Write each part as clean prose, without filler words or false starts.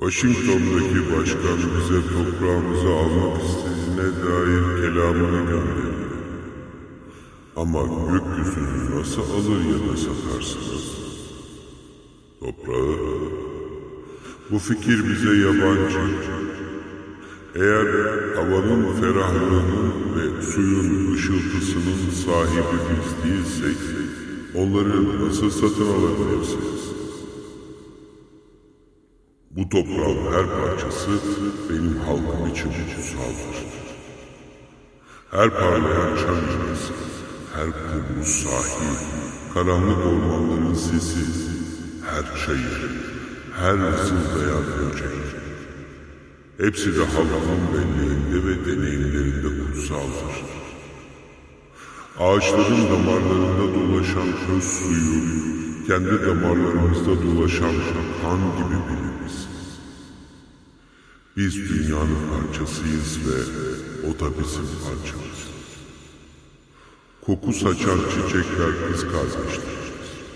Washington'daki başkan bize toprağımızı almak istediğine dair kelamını gönderiyor. Ama gökyüzünü nasıl alır ya da satarsınız? Toprağı. Bu fikir bize yabancı. Eğer havanın ferahlığının ve suyun ışıltısının sahibi biz değilsek, onları nasıl satın alabilirsiniz? Bu toprağın her parçası benim halkım için kutsaldır. Her parlayan çam iğnesi, her kumlu sahil, karanlık ormanların sesi, her çayır, her ısıldayan böcek. Hepsi de halkımın belleğinde ve deneyimlerinde kutsaldır. Ağaçların damarlarında dolaşan öz suyu, kendi damarlarımızda dolaşan kan gibi biliriz. Biz dünyanın parçasıyız ve o da bizim parçamız. Koku saçan çiçekler kız kardeşleriz.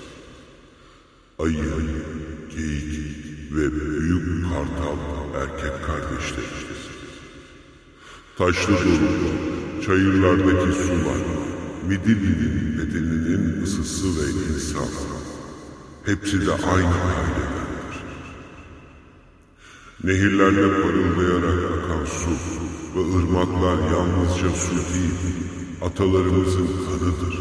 Ayı, geyik ve büyük kartal erkek kardeşleriz. Taşlı dolu, çayırlardaki sular, Midilli'nin bedeninin ısısı ve insan, hepsi de aynı ailedendir. Nehirlerde parıldayarak akan su ve ırmaklar yalnızca su değil, atalarımızın kanıdır.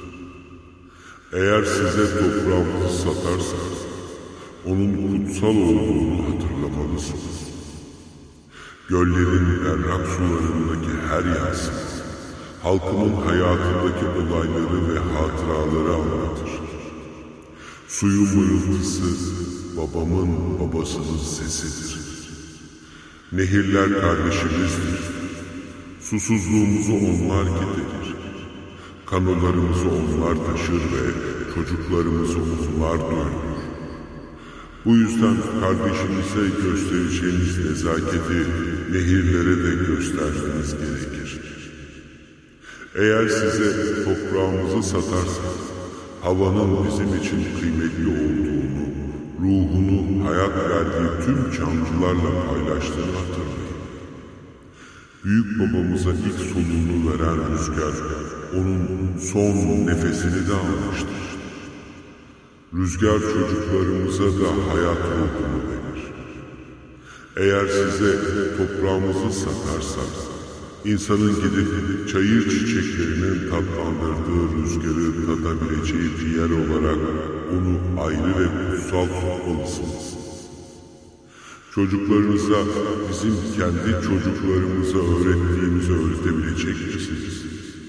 Eğer size toprağımızı satarsak, onun kutsal olduğunu hatırlamalısınız. Göllerin berrak sularındaki her yansıma, halkımın hayatındaki olayları ve hatıraları anlatır. Suyun mırıltısı, babamın babasının sesidir. Nehirler kardeşimizdir. Susuzluğumuzu onlar giderir. Kanolarımızı onlar taşır ve çocuklarımızı onlar doyurur. Bu yüzden kardeşimize göstereceğiniz nezaketi nehirlere de göstermeniz gerekir. Eğer size toprağımızı satarsak, havanın bizim için kıymetli olduğunu, ruhunu hayat verdiği tüm canlılarla paylaştığını hatırlayın. Büyük babamıza ilk soluğunu veren rüzgar, onun son nefesini de almıştır. Rüzgar çocuklarımıza da hayat ruhunu verir. Eğer size toprağımızı satarsak, İnsanın gidip çayır çiçeklerinin tatlandırdığı rüzgarı tadabileceği bir yer olarak onu ayrı ve kutsal tutmalısınız. Çocuklarınıza bizim kendi çocuklarımıza öğrettiğimizi öğretebilecek misiniz?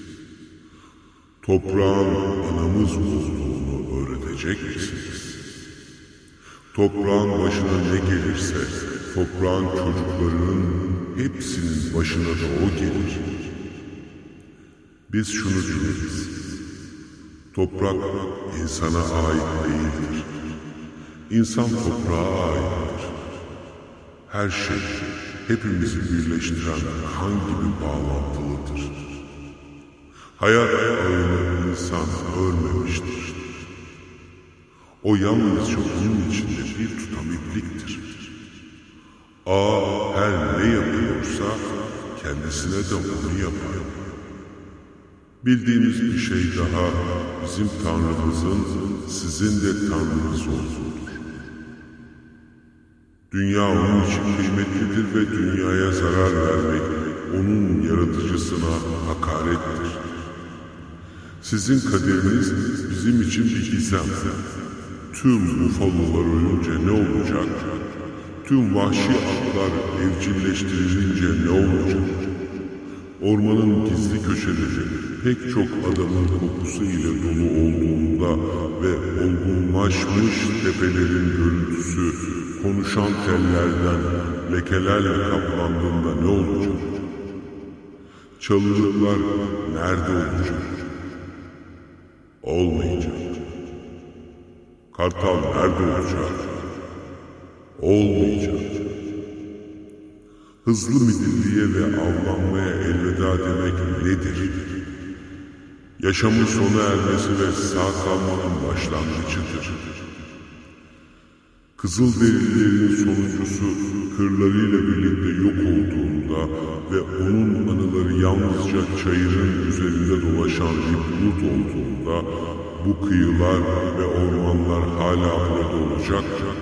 Toprağın anamız olduğunu öğretecek misiniz? Toprağın başına ne gelirse toprağın çocuklarının hepsinin başına da o gelir. Biz şunu biliriz. Toprak insana ait değildir. İnsan toprağa aittir. Her şey hepimizi birleştiren kan gibi bağlantılıdır. Hayat ağını insan örmemiştir. O yalnızca onun içinde bir tutam ipliktir. Ağ her ne yapıyorsa kendisine de onu yapar. Bildiğiniz bir şey daha bizim Tanrımızın sizin de Tanrınız olduğudur. Dünya onun için kıymetlidir ve dünyaya zarar vermek onun yaratıcısına hakarettir. Sizin kaderiniz bizim için bir gizem. Tüm bufalolar ölünce ne olacak? Tüm vahşi atlar evcilleştirilince ne olacak? Ormanın gizli köşeleri pek çok adamın kokusu ile dolu olduğunda ve olgunlaşmış tepelerin görüntüsü konuşan tellerden lekelerle kaplandığında ne olacak? Çalılıklar nerede olacak? Olmayacak. Kartal nerede olacak? Olmayacak. Hızlı midilliye ve avlanmaya elveda demek nedir? Yaşamın sona ermesi ve sağ kalmanın başlangıcıdır. Kızılderililerin sonuncusu kırlarıyla birlikte yok olduğunda ve onun anıları yalnızca çayırın üzerinde dolaşan bir bulut olduğunda bu kıyılar ve ormanlar hala burada olacak.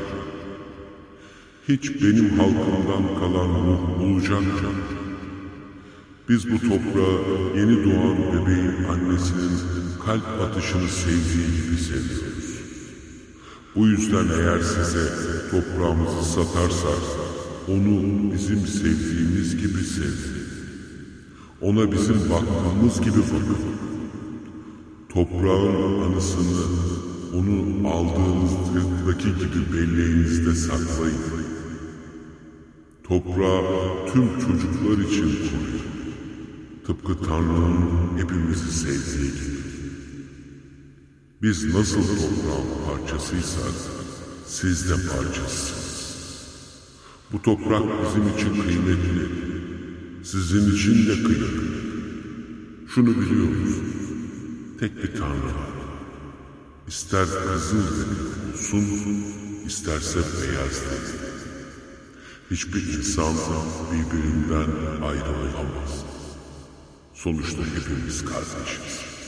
Hiç benim halkımdan kalan ruh olacak. Biz bu toprağı yeni doğan bebeğin annesinin kalp atışını sevdiği gibi seviyoruz. Bu yüzden eğer size toprağımızı satarsak, onu bizim sevdiğimiz gibi sevin. Ona bizim baktığımız gibi bakın. Toprağın anısını onu aldığınız tırttaki gibi belleğinizde saklayın. Toprağı tüm çocuklar için koruyun. Tıpkı Tanrı'nın hepimizi sevdiği gibi. Biz nasıl toprağın parçasıysak, siz de parçasısınız. Bu toprak bizim için kıymetli, sizin için de kıymetli. Şunu biliyor musunuz? Tek bir Tanrı var. İster kızıl renk olsun, isterse beyaz renk. Hiçbir insan birbirinden ayrı olamaz. Sonuçta hepimiz kardeşiz.